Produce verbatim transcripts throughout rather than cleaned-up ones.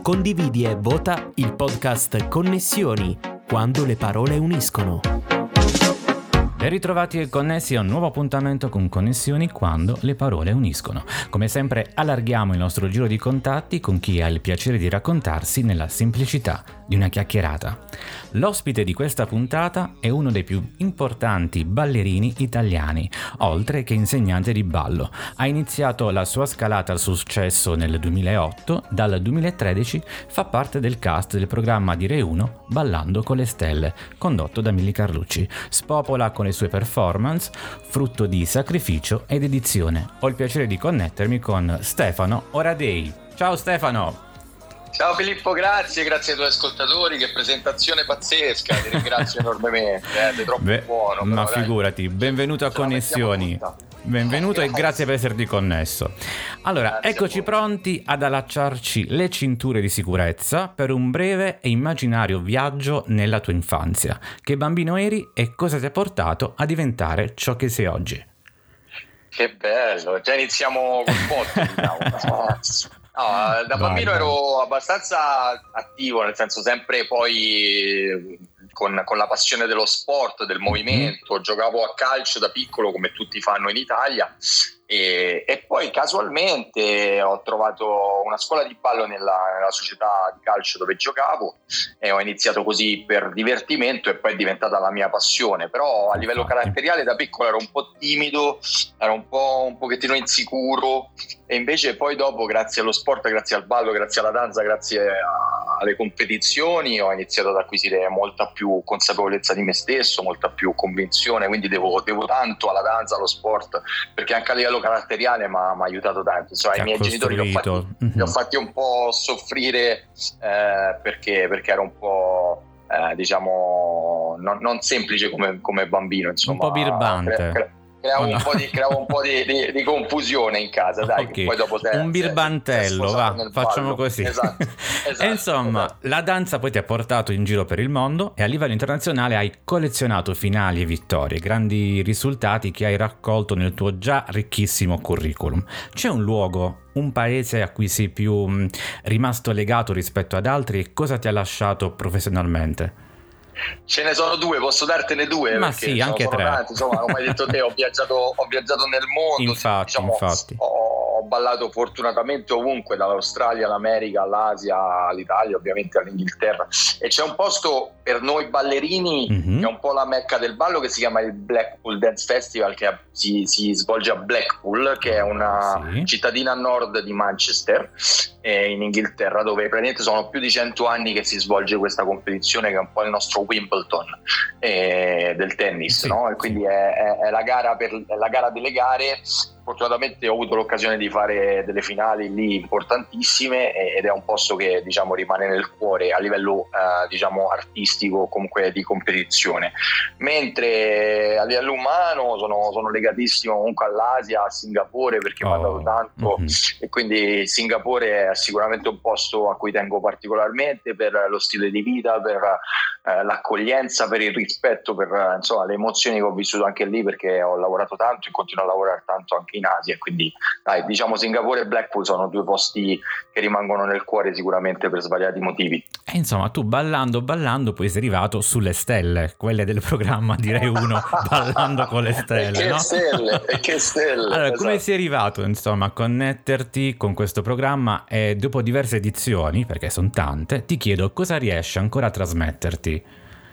Condividi e vota il podcast Connessioni, quando le parole uniscono. Ben ritrovati e connessi a un nuovo appuntamento con Connessioni quando le parole uniscono. Come sempre allarghiamo il nostro giro di contatti con chi ha il piacere di raccontarsi nella semplicità di una chiacchierata. L'ospite di questa puntata è uno dei più importanti ballerini italiani, oltre che insegnante di ballo. Ha iniziato la sua scalata al successo nel duemilaotto, dal duemilatredici fa parte del cast del programma di Rai uno Ballando con le Stelle, condotto da Milly Carlucci. Spopola con le sue performance, frutto di sacrificio ed edizione. Ho il piacere di connettermi con Stefano Oradei. Ciao Stefano! Ciao Filippo, grazie, grazie ai tuoi ascoltatori, che presentazione pazzesca, ti ringrazio enormemente, eh, sei troppo Beh, buono. Ma però, figurati, benvenuto a Connessioni. Benvenuto grazie. E grazie per esserti connesso. Allora, grazie eccoci pronti ad allacciarci le cinture di sicurezza per un breve e immaginario viaggio nella tua infanzia. Che bambino eri e cosa ti ha portato a diventare ciò che sei oggi? Che bello, già iniziamo col botto, diciamo. No, da bambino vai, vai. ero abbastanza attivo, nel senso sempre poi con, con la passione dello sport, del movimento, mm. giocavo a calcio da piccolo come tutti fanno in Italia e, e poi casualmente ho trovato una scuola di ballo nella, nella società di calcio dove giocavo e ho iniziato così per divertimento e poi è diventata la mia passione, però a livello caratteriale da piccolo ero un po' timido, ero un po' un pochettino insicuro e invece poi dopo grazie allo sport, grazie al ballo, grazie alla danza, grazie a, alle competizioni ho iniziato ad acquisire molta più consapevolezza di me stesso, molta più convinzione, quindi devo, devo tanto alla danza, allo sport, perché anche a livello caratteriale mi ha aiutato tanto. Insomma, i miei genitori li ho, fatti, mm-hmm. li ho fatti un po' soffrire eh, perché, perché ero un po' eh, diciamo non, non semplice come, come bambino, insomma, un po' birbante. Cre- cre- Creavo, oh no. un po' di, creavo un po' di, di, di confusione in casa, dai, okay. Che poi dopo te, un birbantello, va, facciamo ballo. Così. Esatto, esatto, e insomma, esatto. La danza poi ti ha portato in giro per il mondo e a livello internazionale hai collezionato finali e vittorie, grandi risultati che hai raccolto nel tuo già ricchissimo curriculum. C'è un luogo, un paese a cui sei più mh, rimasto legato rispetto ad altri e cosa ti ha lasciato professionalmente? Ce ne sono due, posso dartene due? Ma sì, anche sono tre. Tanti, insomma, come hai detto te, ho viaggiato, ho viaggiato nel mondo. Infatti, diciamo, infatti. Ho, ho ballato fortunatamente ovunque, dall'Australia all'America, all'Asia, all'Italia, ovviamente all'Inghilterra. E c'è un posto per noi ballerini, mm-hmm. che è un po' la mecca del ballo, che si chiama il Blackpool Dance Festival, che si, si svolge a Blackpool, che è una sì. cittadina a nord di Manchester, in Inghilterra, dove praticamente sono più di cento anni che si svolge questa competizione, che è un po' il nostro Wimbledon eh, del tennis, sì, no? E quindi sì. è, è, è la gara per è la gara delle gare. Fortunatamente ho avuto l'occasione di fare delle finali lì importantissime ed è un posto che diciamo rimane nel cuore a livello eh, diciamo artistico, comunque di competizione, mentre a livello umano sono, sono legatissimo comunque all'Asia, a Singapore, perché oh. mi ha dato tanto mm-hmm. e quindi Singapore è sicuramente un posto a cui tengo particolarmente per lo stile di vita, per eh, l'accoglienza, per il rispetto, per insomma le emozioni che ho vissuto anche lì, perché ho lavorato tanto e continuo a lavorare tanto anche in Asia, quindi dai, diciamo Singapore e Blackpool sono due posti che rimangono nel cuore sicuramente per svariati motivi. E insomma, tu ballando ballando poi sei arrivato sulle stelle, quelle del programma di Rai uno Ballando con le Stelle, e che no? stelle, e che stelle. Allora, esatto. Come sei arrivato insomma a connetterti con questo programma e dopo diverse edizioni, perché sono tante, ti chiedo cosa riesce ancora a trasmetterti?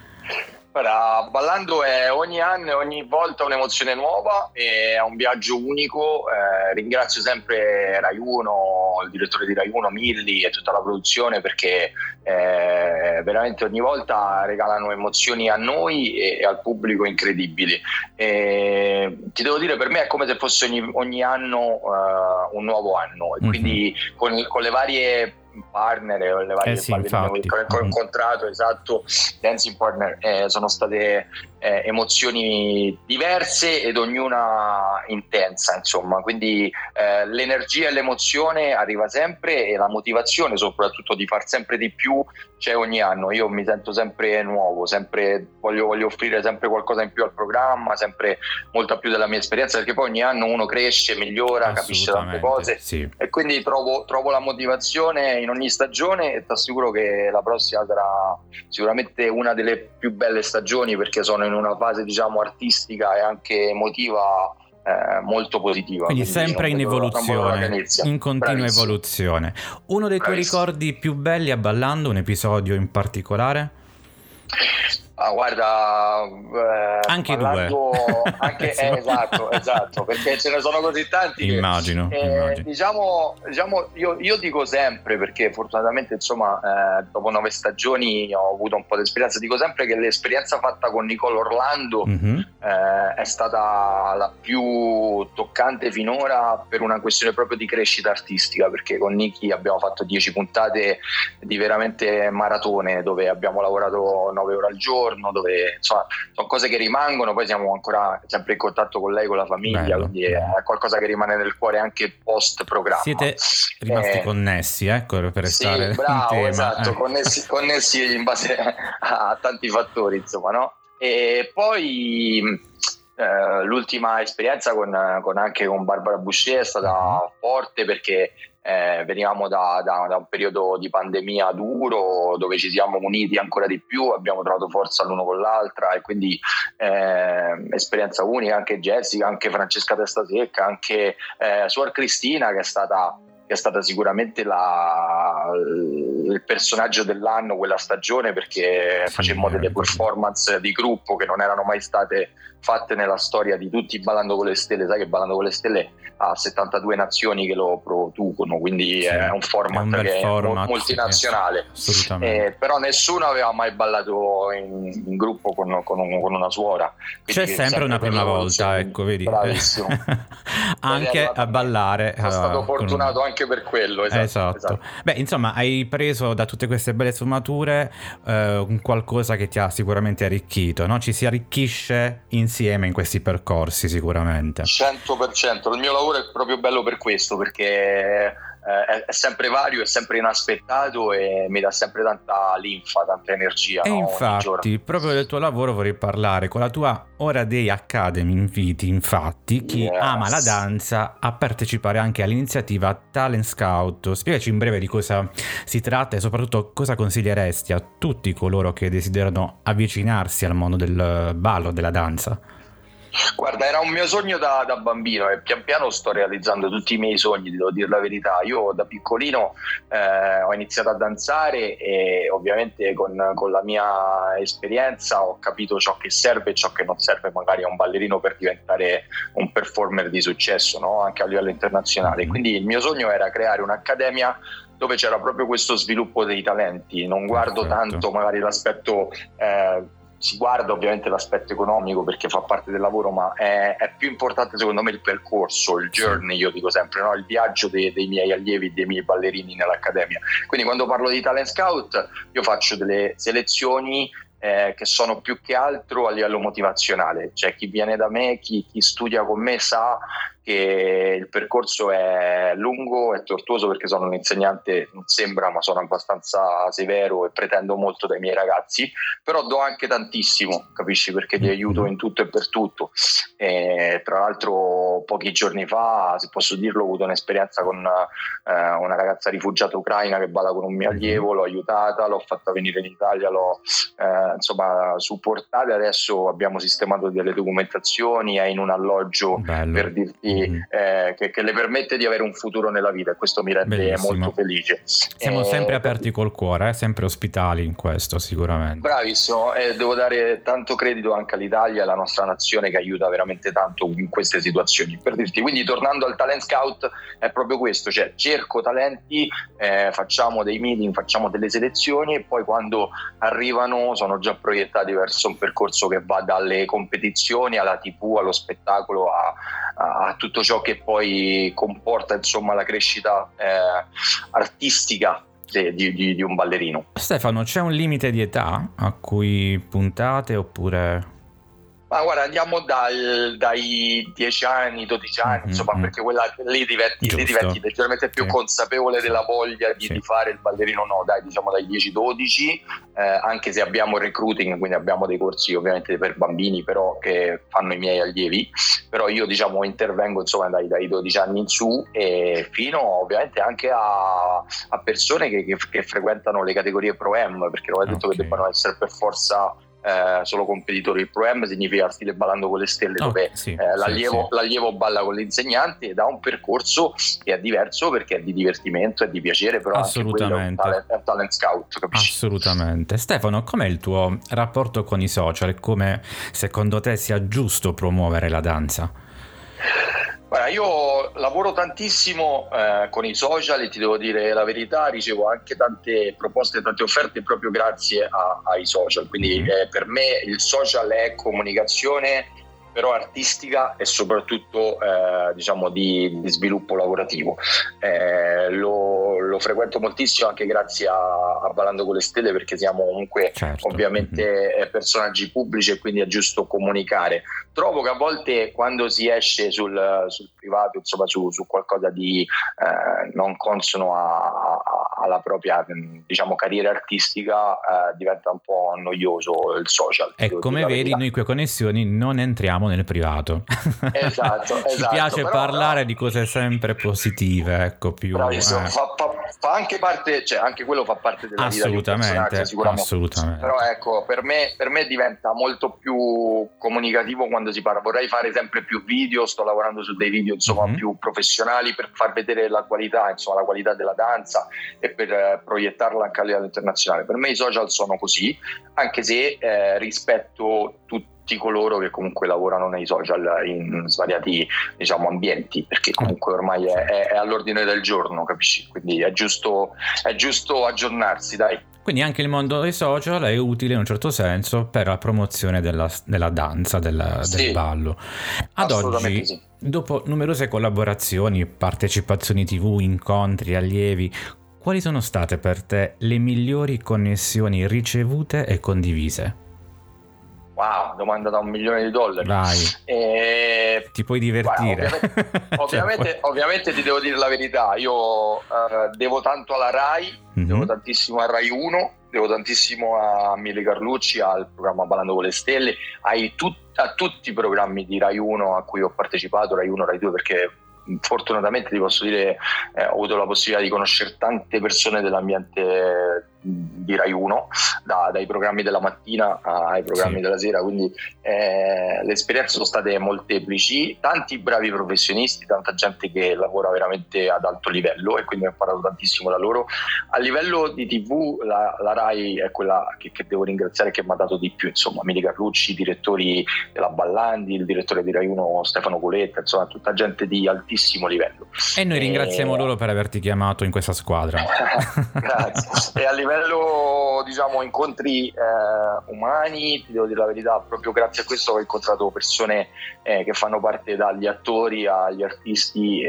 Allora, ballando è ogni anno e ogni volta un'emozione nuova, è un viaggio unico. Eh, ringrazio sempre Rai uno, il direttore di Rai uno, Milly, e tutta la produzione, perché eh, veramente ogni volta regalano emozioni a noi e, e al pubblico incredibili. E, ti devo dire, per me è come se fosse ogni, ogni anno uh, un nuovo anno, e mm-hmm. quindi con, con le varie partner e le varie eh sì, che ho incontrato, esatto, dancing partner, eh, sono state eh, emozioni diverse ed ognuna intensa, insomma, quindi eh, l'energia e l'emozione arriva sempre, e la motivazione soprattutto di far sempre di più c'è ogni anno. Io mi sento sempre nuovo, sempre voglio, voglio offrire sempre qualcosa in più al programma, sempre molta più della mia esperienza, perché poi ogni anno uno cresce, migliora, capisce tante cose, sì. E quindi trovo, trovo la motivazione in ogni stagione, e ti assicuro che la prossima sarà sicuramente una delle più belle stagioni, perché sono in una fase, diciamo, artistica e anche emotiva eh, molto positiva. Quindi, quindi sempre in evoluzione, in continua Bravissimo. evoluzione. Uno dei Bravissimo. tuoi ricordi più belli a Ballando, un episodio in particolare? Ah, guarda, eh, anche due anche, eh, esatto, esatto, perché ce ne sono così tanti immagino, che, eh, immagino. diciamo, diciamo io, io dico sempre, perché fortunatamente insomma eh, dopo nove stagioni ho avuto un po' di esperienza, dico sempre che l'esperienza fatta con Nicole Orlando mm-hmm. eh, è stata la più toccante finora, per una questione proprio di crescita artistica, perché con Nicky abbiamo fatto dieci puntate di veramente maratone, dove abbiamo lavorato nove ore al giorno, dove insomma sono cose che rimangono. Poi siamo ancora sempre in contatto con lei, con la famiglia. Bello, quindi bello. È qualcosa che rimane nel cuore anche post programma. Siete rimasti eh, connessi, ecco, per restare sì, bravo, in tema. Esatto, eh. connessi, connessi in base a, a tanti fattori, insomma, no? E poi eh, l'ultima esperienza con, con anche con Barbara Boucher è stata uh-huh. forte, perché Eh, venivamo da, da, da un periodo di pandemia duro, dove ci siamo uniti ancora di più, abbiamo trovato forza l'uno con l'altra, e quindi eh, esperienza unica. Anche Jessica, anche Francesca Testasecca, anche eh, Suor Cristina, che è stata che è stata sicuramente la, il personaggio dell'anno quella stagione, perché sì, facemmo delle performance di gruppo che non erano mai state fatte nella storia di tutti i Ballando con le Stelle. Sai che Ballando con le Stelle ha settantadue nazioni che lo producono, quindi sì, è un format è un che format, è multinazionale, sì, assolutamente. Eh, però nessuno aveva mai ballato in, in gruppo con, con, un, con una suora. C'è sempre, sempre una prima volta, ecco, vedi. Bravissimo. Anche a ballare. Sono stato fortunato anche per quello, esatto, esatto. esatto. Beh, insomma, hai preso da tutte queste belle sfumature eh, qualcosa che ti ha sicuramente arricchito, no? Ci si arricchisce insieme in questi percorsi, sicuramente. cento per cento. Il mio lavoro è proprio bello per questo, perché eh, è sempre vario, è sempre inaspettato, e mi dà sempre tanta linfa, tanta energia. E no? infatti, proprio del tuo lavoro vorrei parlare. Con la tua Ora Day Academy inviti infatti chi yes. ama la danza a partecipare anche all'iniziativa Talent Scout. Spiegaci in breve di cosa si tratta, e soprattutto cosa consiglieresti a tutti coloro che desiderano avvicinarsi al mondo del ballo, della danza. Guarda, era un mio sogno da, da bambino, e pian piano sto realizzando tutti i miei sogni, devo dire la verità. Io da piccolino eh, ho iniziato a danzare, e ovviamente con, con la mia esperienza ho capito ciò che serve e ciò che non serve magari a un ballerino per diventare un performer di successo, no? Anche a livello internazionale. Quindi il mio sogno era creare un'accademia dove c'era proprio questo sviluppo dei talenti. Non guardo Perfetto. tanto magari l'aspetto eh, si guarda ovviamente l'aspetto economico, perché fa parte del lavoro, ma è, è più importante secondo me il percorso, il journey, io dico sempre, no? Il viaggio dei, dei miei allievi, dei miei ballerini nell'accademia. Quindi quando parlo di Talent Scout io faccio delle selezioni eh, che sono più che altro a livello motivazionale, cioè chi viene da me, chi, chi studia con me sa che il percorso è lungo e tortuoso, perché sono un insegnante, non sembra, ma sono abbastanza severo e pretendo molto dai miei ragazzi, però do anche tantissimo, capisci, perché li aiuto in tutto e per tutto. E tra l'altro pochi giorni fa, se posso dirlo, ho avuto un'esperienza con eh, una ragazza rifugiata ucraina che balla con un mio allievo, l'ho aiutata, l'ho fatta venire in Italia, l'ho eh, insomma supportata, adesso abbiamo sistemato delle documentazioni, è in un alloggio Bello. per dirti Mm. Eh, che, che le permette di avere un futuro nella vita, e questo mi rende Bellissimo. molto felice. Siamo eh, sempre aperti col cuore, eh? sempre ospitali in questo, sicuramente. Bravissimo, e eh, devo dare tanto credito anche all'Italia, alla nostra nazione, che aiuta veramente tanto in queste situazioni. Per dirti, quindi tornando al Talent Scout, è proprio questo, cioè cerco talenti, eh, facciamo dei meeting, facciamo delle selezioni, e poi quando arrivano sono già proiettati verso un percorso che va dalle competizioni alla tivù, allo spettacolo, a, a tutto ciò che poi comporta insomma la crescita eh, artistica di, di, di un ballerino. Stefano, c'è un limite di età a cui puntate, oppure? Ma guarda, andiamo dal, dai dieci anni, dodici anni, mm-hmm. insomma, perché quella lì diventi, lì diventi leggermente più sì. consapevole della voglia di, sì. di fare il ballerino. No, dai, diciamo dai dieci dodici, eh, anche se abbiamo il recruiting, quindi abbiamo dei corsi ovviamente per bambini, però che fanno i miei allievi, però io diciamo intervengo insomma dai, dai dodici anni in su e fino ovviamente anche a, a persone che, che, che frequentano le categorie Pro-Am, perché non è detto okay. che debbano essere per forza Eh, solo competitori. Il Pro-Am significa stile Ballando con le Stelle, oh, dove sì, eh, l'allievo, sì, sì. l'allievo balla con l'insegnante ed ha un percorso che è diverso perché è di divertimento, è di piacere, però assolutamente. Anche quello è un talent, è un talent scout, capisci? Assolutamente. Stefano, com'è il tuo rapporto con i social? Come secondo te sia giusto promuovere la danza? Guarda, io lavoro tantissimo eh, con i social e ti devo dire la verità, ricevo anche tante proposte, tante offerte proprio grazie a, ai social, quindi mm-hmm. eh, per me il social è comunicazione però artistica e soprattutto eh, diciamo di, di sviluppo lavorativo. Eh, lo, lo frequento moltissimo anche grazie a, a Ballando con le Stelle, perché siamo comunque certo. ovviamente mm-hmm. personaggi pubblici e quindi è giusto comunicare. Trovo che a volte quando si esce sul, sul privato, insomma su, su qualcosa di eh, non consono a, a, alla propria diciamo carriera artistica, eh, diventa un po' noioso il social. E come vedi noi qui a Connessioni non entriamo nel privato. Esatto, ci esatto, piace però, parlare no. di cose sempre positive, ecco, più bravissimo, eh. fa, fa, fa anche parte, cioè anche quello fa parte della assolutamente, vita di un sicuramente. Assolutamente. Però ecco, per me, per me diventa molto più comunicativo quando si parla. Vorrei fare sempre più video, sto lavorando su dei video insomma mm-hmm. più professionali per far vedere la qualità, insomma la qualità della danza e per eh, proiettarla anche a livello internazionale. Per me i social sono così, anche se eh, rispetto tutti coloro che comunque lavorano nei social in svariati diciamo ambienti, perché comunque ormai è, è, è all'ordine del giorno, capisci? Quindi è giusto, è giusto aggiornarsi, dai. Quindi anche il mondo dei social è utile in un certo senso per la promozione della, della danza, della, sì, del ballo. Ad oggi, sì. dopo numerose collaborazioni, partecipazioni tivù, incontri, allievi, quali sono state per te le migliori connessioni ricevute e condivise? Wow, domanda da un milione di dollari. Vai. E... ti puoi divertire. Wow, ovviamente, ovviamente, cioè, ovviamente ti devo dire la verità, io uh, devo tanto alla Rai, mm-hmm. devo tantissimo a Rai uno, devo tantissimo a Mille Carlucci, al programma Ballando con le Stelle, ai tut- a tutti i programmi di Rai uno a cui ho partecipato, Rai uno, Rai due, perché fortunatamente ti posso dire eh, ho avuto la possibilità di conoscere tante persone dell'ambiente di Rai uno, da, dai programmi della mattina ai programmi sì. della sera, quindi eh, le esperienze sono state molteplici, tanti bravi professionisti, tanta gente che lavora veramente ad alto livello e quindi ho imparato tantissimo da loro. A livello di tivù la, la Rai è quella che, che devo ringraziare, che mi ha dato di più, insomma Mili Carlucci, i direttori della Ballandi, il direttore di Rai uno Stefano Coletta, insomma tutta gente di altissimo livello. E noi ringraziamo e... loro per averti chiamato in questa squadra. Grazie. E a livello diciamo incontri eh, umani, ti devo dire la verità, proprio grazie a questo ho incontrato persone eh, che fanno parte dagli attori agli artisti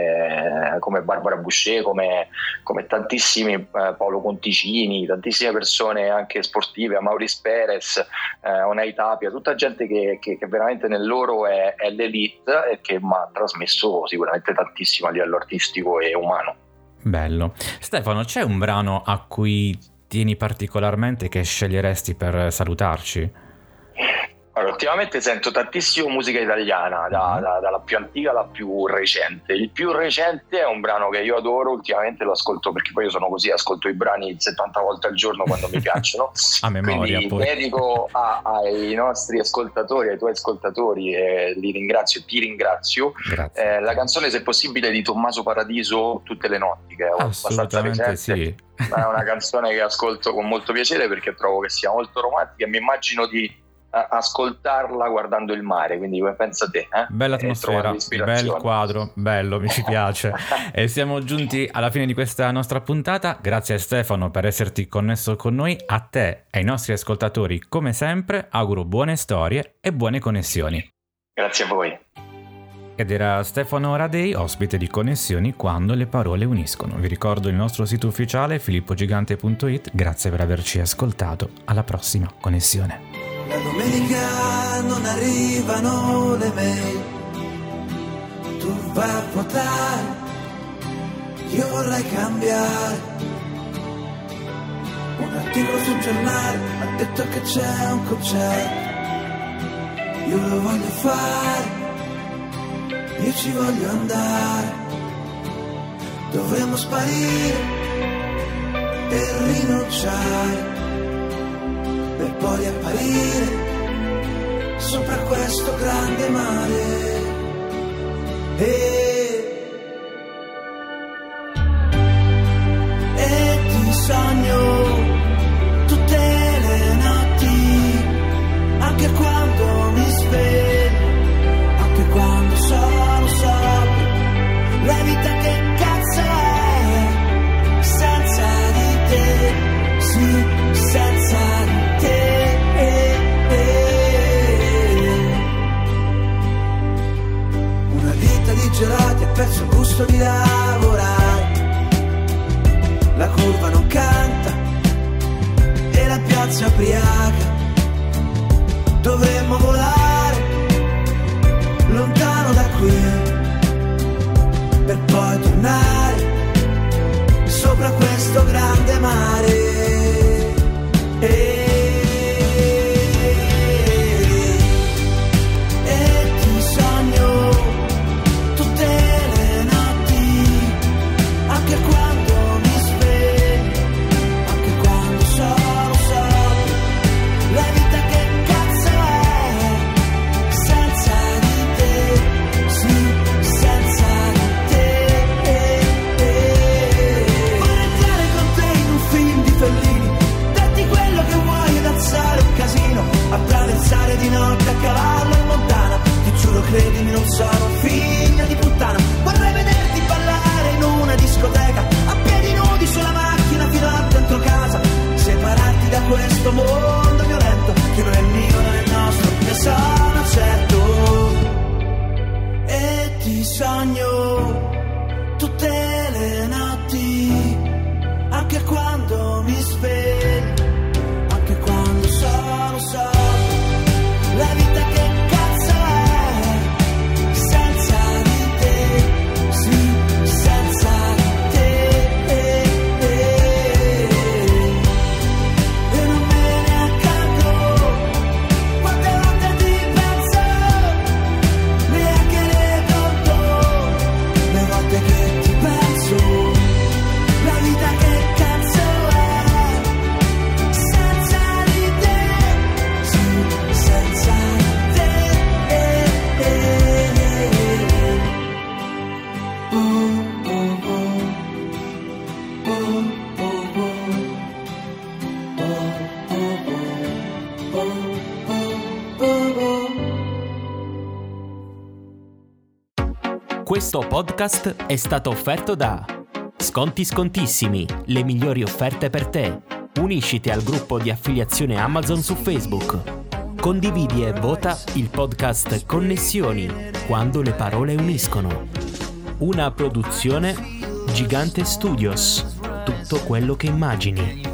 eh, come Barbara Boucher, come, come tantissimi eh, Paolo Conticini, tantissime persone anche sportive, Maurice Perez, eh, Onei Tapia, tutta gente che, che, che veramente nel loro è, è l'elite e che mi ha trasmesso sicuramente tantissimo a livello artistico e umano. Bello. Stefano, c'è un brano a cui tieni particolarmente che sceglieresti per salutarci? Allora, ultimamente sento tantissimo musica italiana, da, da, dalla più antica alla più recente. Il più recente è un brano che io adoro, ultimamente lo ascolto perché poi io sono così, ascolto i brani settanta volte al giorno quando mi piacciono. A memoria. Quindi poi. dedico a, ai nostri ascoltatori, ai tuoi ascoltatori, e li ringrazio, ti ringrazio. Eh, la canzone, se possibile, di Tommaso Paradiso, Tutte le notti, che è abbastanza recente. Sì. Ma è una canzone che ascolto con molto piacere perché trovo che sia molto romantica e mi immagino di ascoltarla guardando il mare, quindi pensa te, eh? Bella atmosfera, bel quadro, bello, mi ci piace. E siamo giunti alla fine di questa nostra puntata. Grazie a Stefano per esserti connesso con noi. A te e ai nostri ascoltatori, come sempre, auguro buone storie e buone connessioni. Grazie a voi. Ed era Stefano Radei, ospite di Connessioni quando le parole uniscono. Vi ricordo il nostro sito ufficiale filippo gigante punto it. Grazie per averci ascoltato. Alla prossima connessione. Domenica non arrivano le mail, tu vai a votare, io vorrei cambiare. Un articolo sul giornale ha detto che c'è un concerto, io lo voglio fare, io ci voglio andare. Dovremmo sparire e rinunciare, per poi apparire sopra questo grande mare. E, e ti sogno tutte le notti, anche quando mi sveglio, anche quando sono sopra. La vita che cazzo è senza di te, sì, senza di te. Una vita di gelati ha perso il gusto di lavorare, la curva non canta e la piazza ubriaca. Dovremmo volare lontano da qui, per poi tornare sopra questo grande mare. E, e ti sogno tutte le notti, anche quando mi sveglio, anche quando sono sopra. La vita che cazzo è senza di te, sì, senza di te. Vorrei entrare con te in un film di Fellini, darti quello che vuoi ed alzare un casino, attraversare di notte a cavallo in montana. Ti giuro, credimi, non sono figlio di puttana. Vorrei vederti ballare in una discoteca, a piedi nudi sulla macchina fino a dentro casa, separarti da questo mondo violento, che non è mio, non è nostro, ne sono certo. E ti sogno tutte le notti, anche quando mi sveglio, anche quando sono solo. La vita che cazzo è senza di te, sì, senza di te. E non me ne accorgo quante volte ti penso, neanche le conto le volte che ti penso. La vita che cazzo è senza di te, sì, senza di te. Oh, oh, oh. Oh, oh, oh. Oh, oh, oh. Oh, oh, oh. Questo podcast è stato offerto da Sconti Scontissimi, le migliori offerte per te. Unisciti al gruppo di affiliazione Amazon su Facebook. Condividi e vota il podcast Connessioni, quando le parole uniscono. Una produzione Gigante Studios. Tutto quello che immagini.